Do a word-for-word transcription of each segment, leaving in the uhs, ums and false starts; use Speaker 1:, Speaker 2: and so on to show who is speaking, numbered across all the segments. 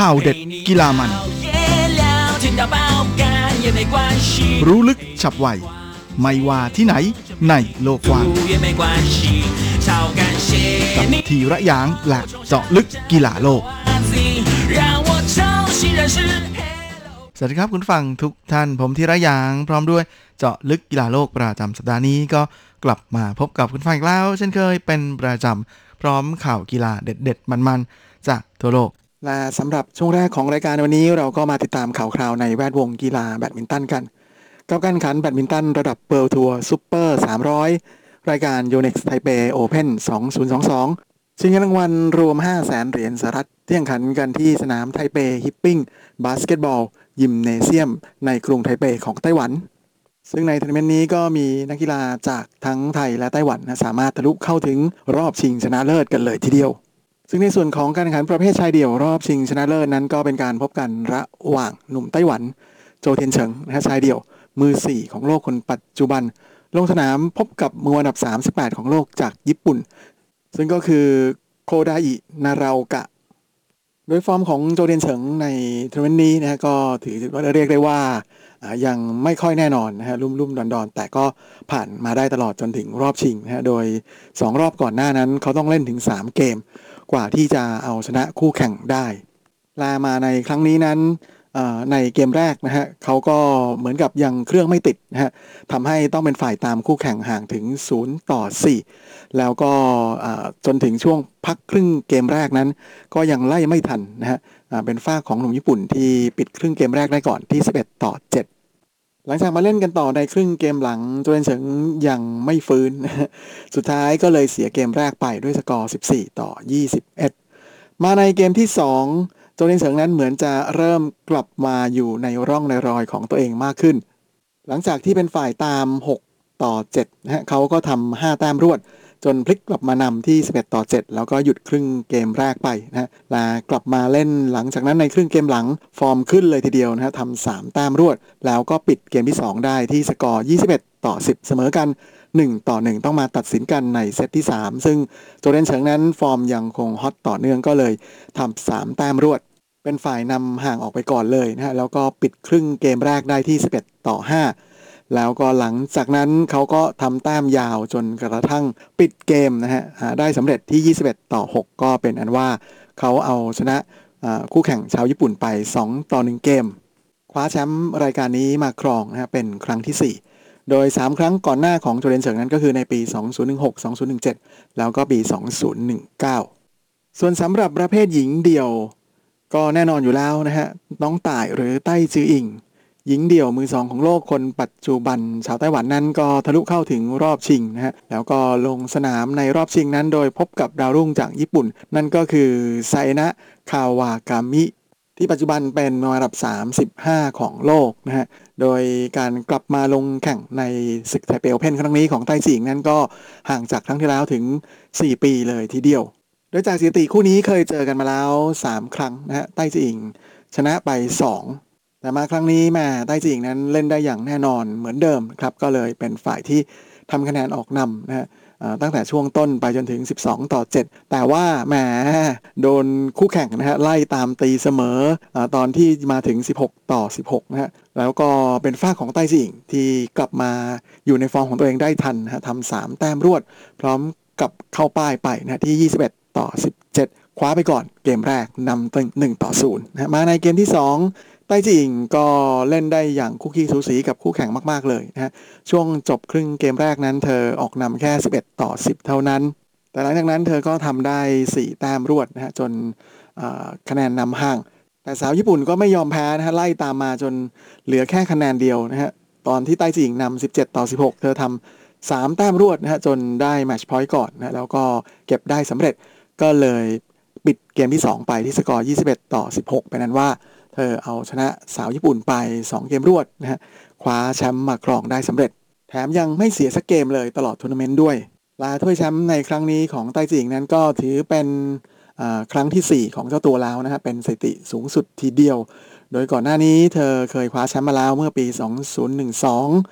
Speaker 1: ข่าวเด็ดกีฬามันรู้ลึกฉับไวไม่ว่าที่ไหนในโลกกว้างกับทีระยางและเจาะลึกกีฬาโลกสวัสดีครับคุณฟังทุกท่านผมธีระยางพร้อมด้วยเจาะลึกกีฬาโลกประจำสัปดาห์นี้ก็กลับมาพบกับคุณฟังอีกแล้วเช่นเคยเป็นประจำพร้อมข่าวกีฬาเด็ดๆมันๆจากทั่วโลกและสำหรับช่วงแรกของรายการวันนี้เราก็มาติดตามข่าวคราวในแวดวงกีฬาแบดมินตันกันกับการแข่งขันแบดมินตันระดับเวิลด์ทัวร์ซุปเปอร์สามร้อยรายการ Yonex Taipei Open สองพันยี่สิบสองชิงเงินรางวัลรวม ห้าแสน เหรียญสหรัฐที่แข่งขันกันที่สนามไทเปฮิปปิ้งบาสเกตบอลยิมเนเซียมในกรุงไทเปของไต้หวันซึ่งในทัวร์นาเมนต์นี้ก็มีนักกีฬาจากทั้งไทยและไต้หวันนะสามารถทะลุเข้าถึงรอบชิงชนะเลิศกันเลยทีเดียวซึ่งในส่วนของการแข่งขันประเภทชายเดี่ยวรอบชิงชนะเลิศนั้นก็เป็นการพบกันระหว่างหนุ่มไต้หวันโจเทียนเฉิงนะชายเดี่ยวมือสี่ของโลกคนปัจจุบันลงสนามพบกับมืออันดับสามสิบแปดของโลกจากญี่ปุ่นซึ่งก็คือโคดาอินาราโอกะโดยฟอร์มของโจเทียนเฉิงในทัวร์นาเมนต์นี้นะก็ถือว่าเรียกได้ว่ายังไม่ค่อยแน่นอนนะฮะลุ่มๆดอนๆแต่ก็ผ่านมาได้ตลอดจนถึงรอบชิงนะฮะโดยสองรอบก่อนหน้านั้นเขาต้องเล่นถึงสามเกมกว่าที่จะเอาชนะคู่แข่งได้ลามาในครั้งนี้นั้นในเกมแรกนะฮะเขาก็เหมือนกับยังเครื่องไม่ติดนะฮะทำให้ต้องเป็นฝ่ายตามคู่แข่งห่างถึงศูนย์ต่อสี่แล้วก็จนถึงช่วงพักครึ่งเกมแรกนั้นก็ยังไล่ไม่ทันนะฮะเป็นฝ้าของหนุ่มญี่ปุ่นที่ปิดครึ่งเกมแรกได้ก่อนที่สิบเอ็ดต่อเจ็ดหลังจากมาเล่นกันต่อในครึ่งเกมหลังโจเทียนเฉิงยังไม่ฟื้นสุดท้ายก็เลยเสียเกมแรกไปด้วยสกอร์สิบสี่ต่อยี่สิบเอ็ดมาในเกมที่สองโจเทียนเฉิงนั้นเหมือนจะเริ่มกลับมาอยู่ในร่องในรอยของตัวเองมากขึ้นหลังจากที่เป็นฝ่ายตามหกต่อเจ็ดนะฮะเขาก็ทำห้าแต้มรวดจนพลิกกลับมานำที่สิบเอ็ดต่อเจ็ดแล้วก็หยุดครึ่งเกมแรกไปนะฮะและกลับมาเล่นหลังจากนั้นในครึ่งเกมหลังฟอร์มขึ้นเลยทีเดียวนะฮะทำสามแต้มรวดแล้วก็ปิดเกมที่สองได้ที่สกอร์ยี่สิบเอ็ดต่อสิบเสมอกันหนึ่งต่อหนึ่งต้องมาตัดสินกันในเซตที่สามซึ่งโจเทียนเฉิงนั้นฟอร์มยังคงฮอตต่อเนื่องก็เลยทำสามแต้มรวดเป็นฝ่ายนำห่างออกไปก่อนเลยนะฮะแล้วก็ปิดครึ่งเกมแรกได้ที่สิบเอ็ดต่อห้าแล้วก็หลังจากนั้นเขาก็ทำแต้มยาวจนกระทั่งปิดเกมนะฮะได้สำเร็จที่ยี่สิบเอ็ดต่อหกก็เป็นอันว่าเขาเอาชนะคู่แข่งชาวญี่ปุ่นไปสองต่อหนึ่งเกมคว้าแชมป์รายการนี้มาครองนะฮะเป็นครั้งที่สี่โดยสามครั้งก่อนหน้าของโจเทียนเฉิงนั้นก็คือในปีสองพันสิบหก สองพันสิบเจ็ดแล้วก็ปีสองพันสิบเก้าส่วนสำหรับประเภทหญิงเดี่ยวก็แน่นอนอยู่แล้วนะฮะน้องต่ายหรือไต้จืออิงหญิงเดี่ยวมือสองของโลกคนปัจจุบันชาวไต้หวันนั้นก็ทะลุเข้าถึงรอบชิงนะฮะแล้วก็ลงสนามในรอบชิงนั้นโดยพบกับดาวรุ่งจากญี่ปุ่นนั่นก็คือไซนะคาวากามิที่ปัจจุบันเป็นมืออันดับสามสิบห้าของโลกนะฮะโดยการกลับมาลงแข่งในศึกไทเปโอเพ่นครั้งนี้ของไต้จืออิงนั้นก็ห่างจากครั้งที่แล้วถึงสี่ปีเลยทีเดียวโดยจากสถิติคู่นี้เคยเจอกันมาแล้วสามครั้งนะฮะไต้จืออิงชนะไปสองแต่มาครั้งนี้แม่ไต้จืออิงนั้นเล่นได้อย่างแน่นอนเหมือนเดิมครับก็เลยเป็นฝ่ายที่ทำคะแนนออกนำนะฮะตั้งแต่ช่วงต้นไปจนถึงสิบสองต่อเจ็ดแต่ว่าแหมโดนคู่แข่งนะฮะไล่ตามตีเสมอตอนที่มาถึงสิบหกต่อสิบหกนะฮะแล้วก็เป็นฝ้าของไต้จืออิงที่กลับมาอยู่ในฟอร์มของตัวเองได้ทันนะฮะทำสามแต้มรวดพร้อมกับเข้าป้ายไปนะที่ยี่สิบเอ็ดต่อสิบเจ็ดคว้าไปก่อนเกมแรกนำตั้งหนึ่งต่อศูนย์นะมาในเกมที่สองไต้จืออิงก็เล่นได้อย่างคุกกี้สูสีกับคู่แข่งมากๆเลยนะฮะช่วงจบครึ่งเกมแรกนั้นเธอออกนำแค่สิบเอ็ดต่อสิบเท่านั้นแต่หลังจากนั้นเธอก็ทำได้สี่แต้มรวดนะฮะจนคะแนนนำห่างแต่สาวญี่ปุ่นก็ไม่ยอมแพ้นะฮะไล่ตามมาจนเหลือแค่คะแนนเดียวนะฮะตอนที่ไต้จืออิงนำสิบเจ็ดต่อสิบหกเธอทำสามแต้มรวดนะฮะจนได้แมตช์พอยต์ก่อนนะแล้วก็เก็บได้สำเร็จก็เลยปิดเกมที่สองไปที่สกอร์ยี่สิบเอ็ดต่อสิบหกเป็นนั้นว่าเธอเอาชนะสาวญี่ปุ่นไปสองเกมรวดนะฮะคว้าแชมป์มาครองได้สำเร็จแถมยังไม่เสียสักเกมเลยตลอดทัวร์นาเมนต์ด้วยลาถ้วยแชมป์ในครั้งนี้ของไต้จืออิงนั้นก็ถือเป็นครั้งที่สี่ของเจ้าตัวแล้วนะฮะเป็นสถิติสูงสุดทีเดียวโดยก่อนหน้านี้เธอเคยคว้าแชมป์มาแล้วเมื่อปีสองพันสิบสอง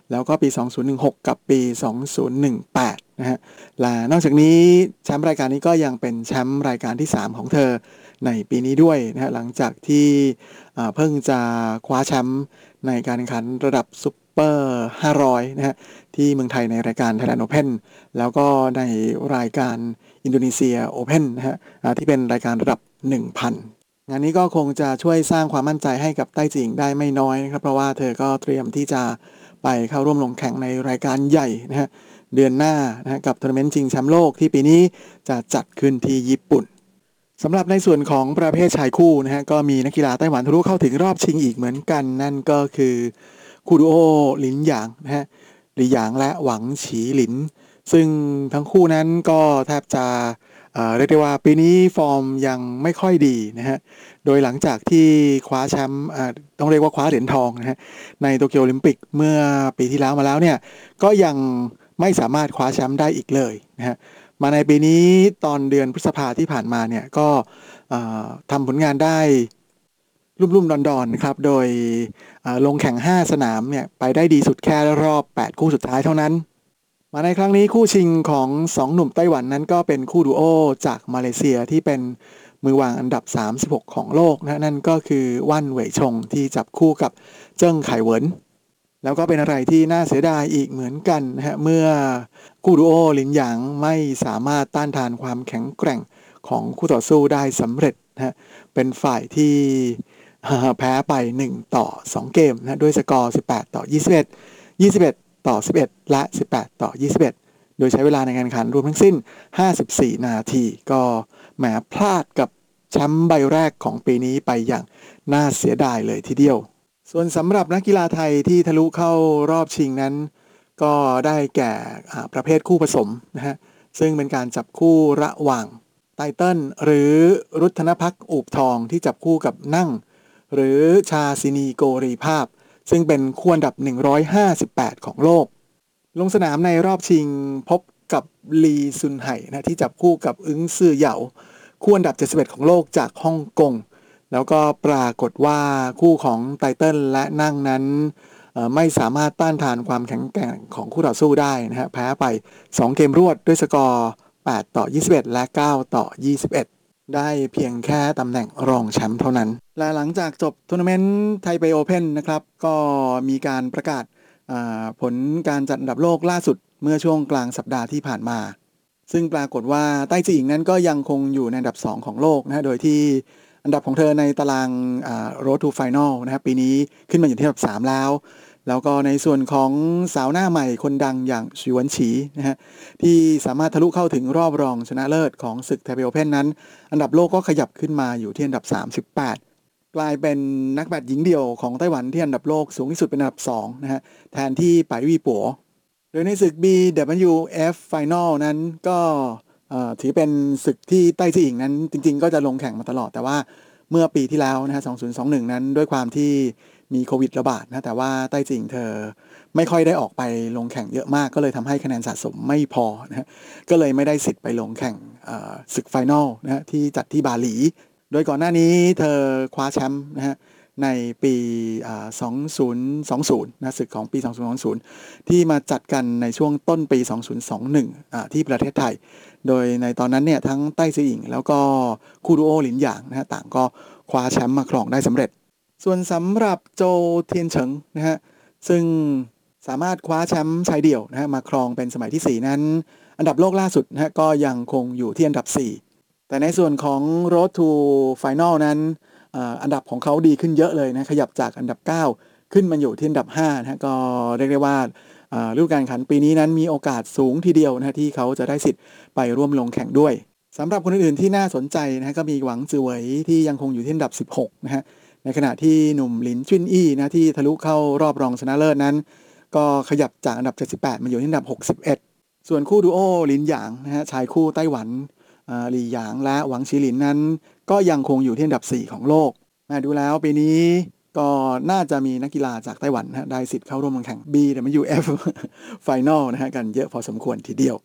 Speaker 1: แล้วก็ปีสองพันสิบหกกับปีสองพันสิบแปดนะฮะและนอกจากนี้แชมป์รายการนี้ก็ยังเป็นแชมป์รายการที่สามของเธอในปีนี้ด้วยนะฮะหลังจากที่เพิ่งจะคว้าแชมป์ในการแข่งขันระดับซุปเปอร์ห้าร้อยนะฮะที่เมืองไทยในรายการ Thailand Open แล้วก็ในรายการอินโดนีเซีย Open นะฮะที่เป็นรายการระดับ หนึ่งพัน งานนี้ก็คงจะช่วยสร้างความมั่นใจให้กับไต้จิ๋งได้ไม่น้อยนะครับเพราะว่าเธอก็เตรียมที่จะไปเข้าร่วมลงแข่งในรายการใหญ่นะฮะเดือนหน้านะฮะกับทัวร์นาเมนต์ชิงแชมป์โลกที่ปีนี้จะจัดขึ้นที่ญี่ปุ่นสำหรับในส่วนของประเภทชายคู่นะฮะก็มีนักกีฬาไต้หวันทะลุเข้าถึงรอบชิงอีกเหมือนกันนั่นก็คือคู่ดูโอหลินหยางนะฮะหลินหยางและหวังฉีหลินซึ่งทั้งคู่นั้นก็แทบจะเอ่อเรียกได้ว่าปีนี้ฟอร์มยังไม่ค่อยดีนะฮะโดยหลังจากที่คว้าแชมป์ต้องเรียกว่าคว้าเหรียญทองนะฮะในโตเกียวโอลิมปิกเมื่อปีที่แล้วมาแล้วเนี่ยก็ยังไม่สามารถคว้าแชมป์ได้อีกเลยนะฮะมาในปีนี้ตอนเดือนพฤษภาที่ผ่านมาเนี่ยก็ทำผลงานได้รุ่มๆดอนๆนะครับโดยลงแข่งห้าสนามเนี่ยไปได้ดีสุดแค่รอบแปดคู่สุดท้ายเท่านั้นมาในครั้งนี้คู่ชิงของสองหนุ่มไต้หวันนั้นก็เป็นคู่ดูโอจากมาเลเซียที่เป็นมือวางอันดับสามสิบหกของโลกนะนั่นก็คือว่านเหวยชงที่จับคู่กับเจิ้งไข่เหวินแล้วก็เป็นอะไรที่น่าเสียดายอีกเหมือนกันนะฮะเมื่อคู่ดูโอหลินหยางไม่สามารถต้านทานความแข็งแกร่งของคู่ต่อสู้ได้สำเร็จนะฮะเป็นฝ่ายที่แพ้ไปหนึ่งต่อสองเกมนะด้วยสกอร์สิบแปดต่อยี่สิบเอ็ด ยี่สิบเอ็ดต่อสิบเอ็ดและสิบแปดต่อยี่สิบเอ็ดโดยใช้เวลาในการแข่งขันรวมทั้งสิ้นห้าสิบสี่นาทีก็แหมพลาดกับแชมป์ใบแรกของปีนี้ไปอย่างน่าเสียดายเลยทีเดียวส่วนสำหรับนักกีฬาไทยที่ทะลุเข้ารอบชิงนั้นก็ได้แก่ประเภทคู่ผสมนะฮะซึ่งเป็นการจับคู่ระหว่างไตเติ้ลหรือรุทธนภักดิ์อูบทองที่จับคู่กับนั่งหรือชาซินีโกรีภาพซึ่งเป็นคู่อันดับหนึ่งร้อยห้าสิบแปดของโลกลงสนามในรอบชิงพบกับลีซุนไห่นะที่จับคู่กับอึ้งซื่อเหยาคู่อันดับเจ็ดสิบเอ็ดของโลกจากฮ่องกงแล้วก็ปรากฏว่าคู่ของไตเติ้ลและนั่งนั้นไม่สามารถต้านทานความแข็งแกร่งของคู่ต่อสู้ได้นะฮะแพ้ไปสองเกมรวดด้วยสกอร์แปดต่อยี่สิบเอ็ดและเก้าต่อยี่สิบเอ็ดได้เพียงแค่ตำแหน่งรองแชมป์เท่านั้นและหลังจากจบทัวร์นาเมนต์ไทเปโอเพนนะครับก็มีการประกาศผลการจัดอันดับโลกล่าสุดเมื่อช่วงกลางสัปดาห์ที่ผ่านมาซึ่งปรากฏว่าไต้จิ๋งนั้นก็ยังคงอยู่ในอันดับสองของโลกนะโดยที่อันดับของเธอในตาราง Road to Final นะครับปีนี้ขึ้นมาอยู่ที่อันดับสามแล้วแล้วก็ในส่วนของสาวหน้าใหม่คนดังอย่างชิวันฉีนะฮะที่สามารถทะลุเข้าถึงรอบรองชนะเลิศของศึกไทเปโอเพนนั้นอันดับโลกก็ขยับขึ้นมาอยู่ที่อันดับสามสิบแปดกลายเป็นนักแบดหญิงเดี่ยวของไต้หวันที่อันดับโลกสูงที่สุดเป็นอันดับสองนะฮะแทนที่ป่ายวีปัวโดยในศึก บี ดับเบิลยู เอฟ Final นั้นก็ถือเป็นศึกที่ไต้จิ๋งนั้นจริงๆก็จะลงแข่งมาตลอดแต่ว่าเมื่อปีที่แล้วนะฮะสองพันยี่สิบเอ็ดนั้นด้วยความที่มีโควิดระบาดนะแต่ว่าไต้จิ๋งเธอไม่ค่อยได้ออกไปลงแข่งเยอะมากก็เลยทำให้คะแนนสะสมไม่พอนะฮะก็เลยไม่ได้สิทธิ์ไปลงแข่งศึกไฟนอลนะฮะที่จัดที่บาหลีโดยก่อนหน้านี้เธอคว้าแชมป์นะฮะในปีสองพันยี่สิบนะศึกของปีสองพันยี่สิบที่มาจัดกันในช่วงต้นปีสองพันยี่สิบเอ็ดอ่าที่ประเทศไทยโดยในตอนนั้นเนี่ยทั้งไต้จิ๋งแล้วก็คู่ดูโอหลินหยางนะฮะต่างก็คว้าแชมป์มาครองได้สำเร็จส่วนสำหรับโจเทียนเฉิงนะฮะซึ่งสามารถคว้าแชมป์ชายเดี่ยวนะฮะมาครองเป็นสมัยที่สี่นั้นอันดับโลกล่าสุดนะฮะก็ยังคงอยู่ที่อันดับสี่แต่ในส่วนของ Road to Final นั้นอันดับของเขาดีขึ้นเยอะเลยนะขยับจากอันดับเก้าขึ้นมาอยู่ที่อันดับห้านะฮะก็เรียกได้ว่าฤดูกาลแข่งขันปีนี้นั้นมีโอกาสสูงทีเดียวนะที่เขาจะได้สิทธิ์ไปร่วมลงแข่งด้วยสำหรับคนอื่นๆที่น่าสนใจนะก็มีหวังจือเหวยที่ยังคงอยู่ที่อันดับสิบหกนะฮะในขณะที่หนุ่มหลินจุนอี้นะที่ทะลุเข้ารอบรองชนะเลิศนั้นก็ขยับจากอันดับเจ็ดสิบแปดมาอยู่ที่อันดับหกสิบเอ็ดส่วนคู่ดูโอหลินหยางนะฮะชายคู่ไต้หวันหลี่หยางและหวังฉีหลินนั้นก็ยังคงอยู่ที่อันดับสี่ของโลกมาดูแล้วปีนี้ก็น่าจะมีนักกีฬาจากไต้หวันนะได้สิทธิ์เข้าร่วมลงแข่ง บี ดับเบิลยู เอฟ Final นะฮะกันเยอะพอสมควรทีเดียว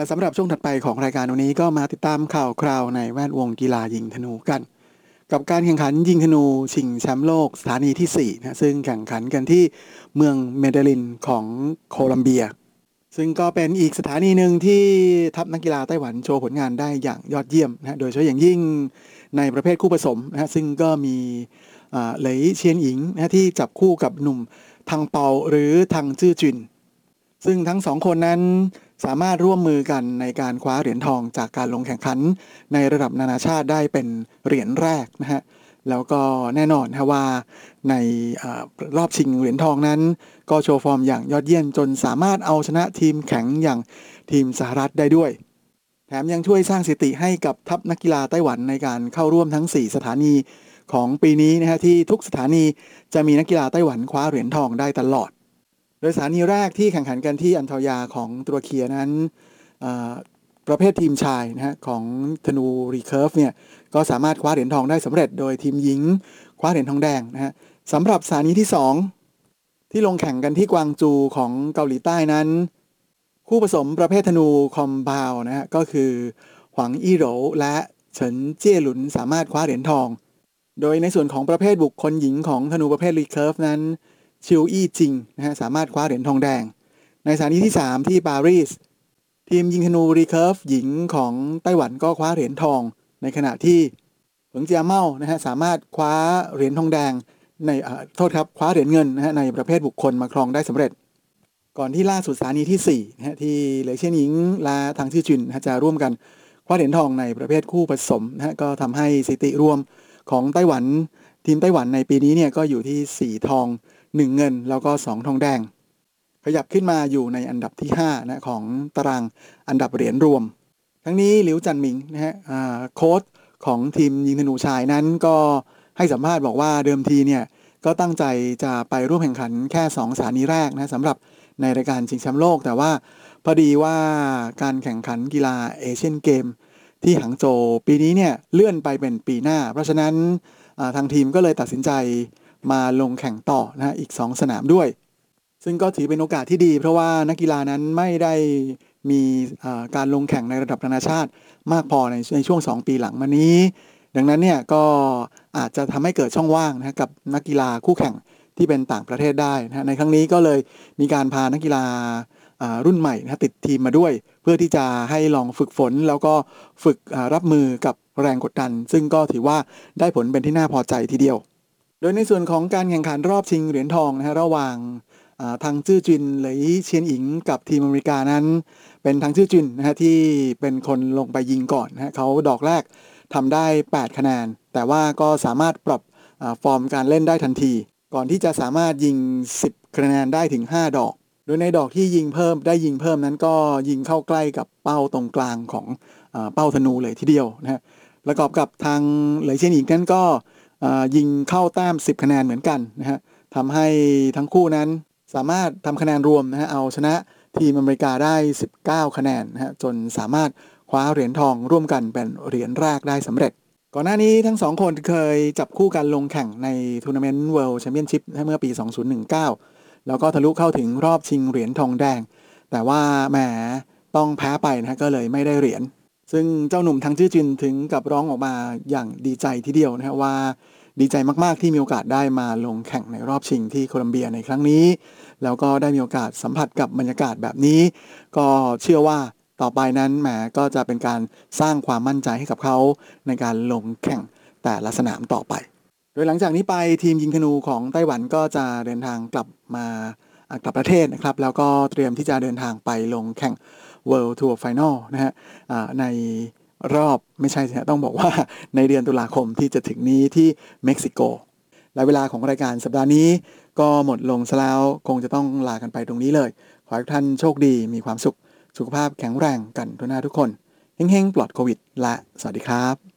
Speaker 1: และสำหรับช่วงถัดไปของรายการวันนี้ก็มาติดตามข่าวคราวในแวดวงกีฬายิงธนูกันกับการแข่งขันยิงธนูชิงแชมป์โลกสถานีที่สี่นะซึ่งแข่งขันกันที่เมืองเมเดลินของโคลัมเบียซึ่งก็เป็นอีกสถานีหนึ่งที่ทัพนักกีฬาไต้หวันโชว์ผลงานได้อย่างยอดเยี่ยมนะโดยเฉพาะอย่างยิ่งในประเภทคู่ผสมนะซึ่งก็มีเหลยเชียนหญิงนะที่จับคู่กับหนุ่มทังเปาหรือทังจื้อจุนซึ่งทั้งสองคนนั้นสามารถร่วมมือกันในการคว้าเหรียญทองจากการลงแข่งขันในระดับนานาชาติได้เป็นเหรียญแรกนะฮะแล้วก็แน่นอนนะว่าในรอบชิงเหรียญทองนั้นก็โชว์ฟอร์มอย่างยอดเยี่ยมจนสามารถเอาชนะทีมแข็งอย่างทีมสหรัฐได้ด้วยแถมยังช่วยสร้างสถิติให้กับทัพนักกีฬาไต้หวันในการเข้าร่วมทั้งสี่สถานีของปีนี้นะฮะที่ทุกสถานีจะมีนักกีฬาไต้หวันคว้าเหรียญทองได้ตลอดโดยสถานีแรกที่แข่งขันกันที่อันทยาของตุรกีนั้นประเภททีมชายนะฮะของธนูรีเคิร์ฟเนี่ยก็สามารถคว้าเหรียญทองได้สำเร็จโดยทีมหญิงคว้าเหรียญทองแดงนะฮะสำหรับสถานีที่สองที่ลงแข่งกันที่กวางจูของเกาหลีใต้นั้นคู่ผสมประเภทธนูคอมบาวนะฮะก็คือหวังอี้โหลและเฉินเจี้ยหลุนสามารถคว้าเหรียญทองโดยในส่วนของประเภทบุคคลหญิงของธนูประเภทรีเคิร์ฟนั้นชิวอี้จิงนะฮะสามารถคว้าเหรียญทองแดงในสถานีที่สามที่ปารีสทีมยิงธนูรีเคิร์ฟหญิงของไต้หวันก็คว้าเหรียญทองในขณะที่เหวิงเจียเม่านะฮะสามารถคว้าเหรียญทองแดงในโทษครับคว้าเหรียญเงินนะฮะในประเภทบุคคลมาครองได้สำเร็จก่อนที่ล่าสุดสถานีที่สี่นะฮะที่เหลยเชียนหญิงและทางชื่อจุนนะจะร่วมกันคว้าเหรียญทองในประเภทคู่ผสมนะฮะก็ทำให้สถิติรวมของไต้หวันทีมไต้หวันในปีนี้เนี่ยก็อยู่ที่สี่ทองหนึ่งเงินแล้วก็สองทองแดงขยับขึ้นมาอยู่ในอันดับที่ห้านะของตารางอันดับเหรียญรวมทั้งนี้หลิวจันหมิงนะฮะโค้ชของทีมยิงธนูชายนั้นก็ให้สัมภาษณ์บอกว่าเดิมทีเนี่ยก็ตั้งใจจะไปร่วมแข่งขันแค่สองสถานีแรกนะสำหรับในรายการชิงแชมป์โลกแต่ว่าพอดีว่าการแข่งขันกีฬาเอเชียนเกมที่หางโจวปีนี้เนี่ยเลื่อนไปเป็นปีหน้าเพราะฉะนั้นทางทีมก็เลยตัดสินใจมาลงแข่งต่อนะอีกสองสนามด้วยซึ่งก็ถือเป็นโอกาสที่ดีเพราะว่านักกีฬานั้นไม่ได้มีการลงแข่งในระดับนานาชาติมากพอในในช่วงสองปีหลังมานี้ดังนั้นเนี่ยก็อาจจะทำให้เกิดช่องว่างนะกับนักกีฬาคู่แข่งที่เป็นต่างประเทศได้นะในครั้งนี้ก็เลยมีการพานักกีฬารุ่นใหม่นะติดทีมมาด้วยเพื่อที่จะให้ลองฝึกฝนแล้วก็ฝึกรับมือกับแรงกดดันซึ่งก็ถือว่าได้ผลเป็นที่น่าพอใจทีเดียวโดยในส่วนของการแข่งขันรอบชิงเหรียญทองนะฮะระหว่างทางจื้อจินหรือเชียนอิงกับทีมอเมริกานั้นเป็นทางจื้อจินนะฮะที่เป็นคนลงไปยิงก่อนนะฮะเขาดอกแรกทำได้แปดคะแนนแต่ว่าก็สามารถปรับฟอร์มการเล่นได้ทันทีก่อนที่จะสามารถยิงสิบคะแนนได้ถึงห้าดอกโดยในดอกที่ยิงเพิ่มได้ยิงเพิ่มนั้นก็ยิงเข้าใกล้กับเป้าตรงกลางของเป้าธนูเลยทีเดียวนะฮะประกอบกับทางเหลยเชียนอิงนั้นก็ยิงเข้าแต้มสิบคะแนนเหมือนกันนะฮะทำให้ทั้งคู่นั้นสามารถทำคะแนนรวมนะฮะเอาชนะทีมอเมริกาได้สิบเก้าคะแนนนะฮะจนสามารถคว้าเหรียญทองร่วมกันเป็นเหรียญแรกได้สำเร็จก่อนหน้านี้ทั้งสองคนเคยจับคู่กันลงแข่งในทัวร์นาเมนต์ World Championship เมื่อปีสองพันสิบเก้าแล้วก็ทะลุเข้าถึงรอบชิงเหรียญทองแดงแต่ว่าแหมต้องแพ้ไปนะฮะก็เลยไม่ได้เหรียญซึ่งเจ้าหนุ่มทางจื้อจินถึงกับร้องออกมาอย่างดีใจทีเดียวนะฮะว่าดีใจมากๆที่มีโอกาสได้มาลงแข่งในรอบชิงที่โคลัมเบียในครั้งนี้แล้วก็ได้มีโอกาสสัมผัสกับบรรยากาศแบบนี้ก็เชื่อว่าต่อไปนั้นแหมก็จะเป็นการสร้างความมั่นใจให้กับเขาในการลงแข่งแต่ละสนามต่อไปโดยหลังจากนี้ไปทีมยิงธนูของไต้หวันก็จะเดินทางกลับมากลับประเทศนะครับแล้วก็เตรียมที่จะเดินทางไปลงแข่ง World Tour Final นะฮะในรอบไม่ใช่ต้องบอกว่าในเดือนตุลาคมที่จะถึงนี้ที่เม็กซิโกและเวลาของรายการสัปดาห์นี้ก็หมดลงซะแล้วคงจะต้องลากันไปตรงนี้เลยขอให้ทุกท่านโชคดีมีความสุขสุขภาพแข็งแรงกันทุกหน้าทุกคนเฮ้งๆปลอดโควิดและสวัสดีครับ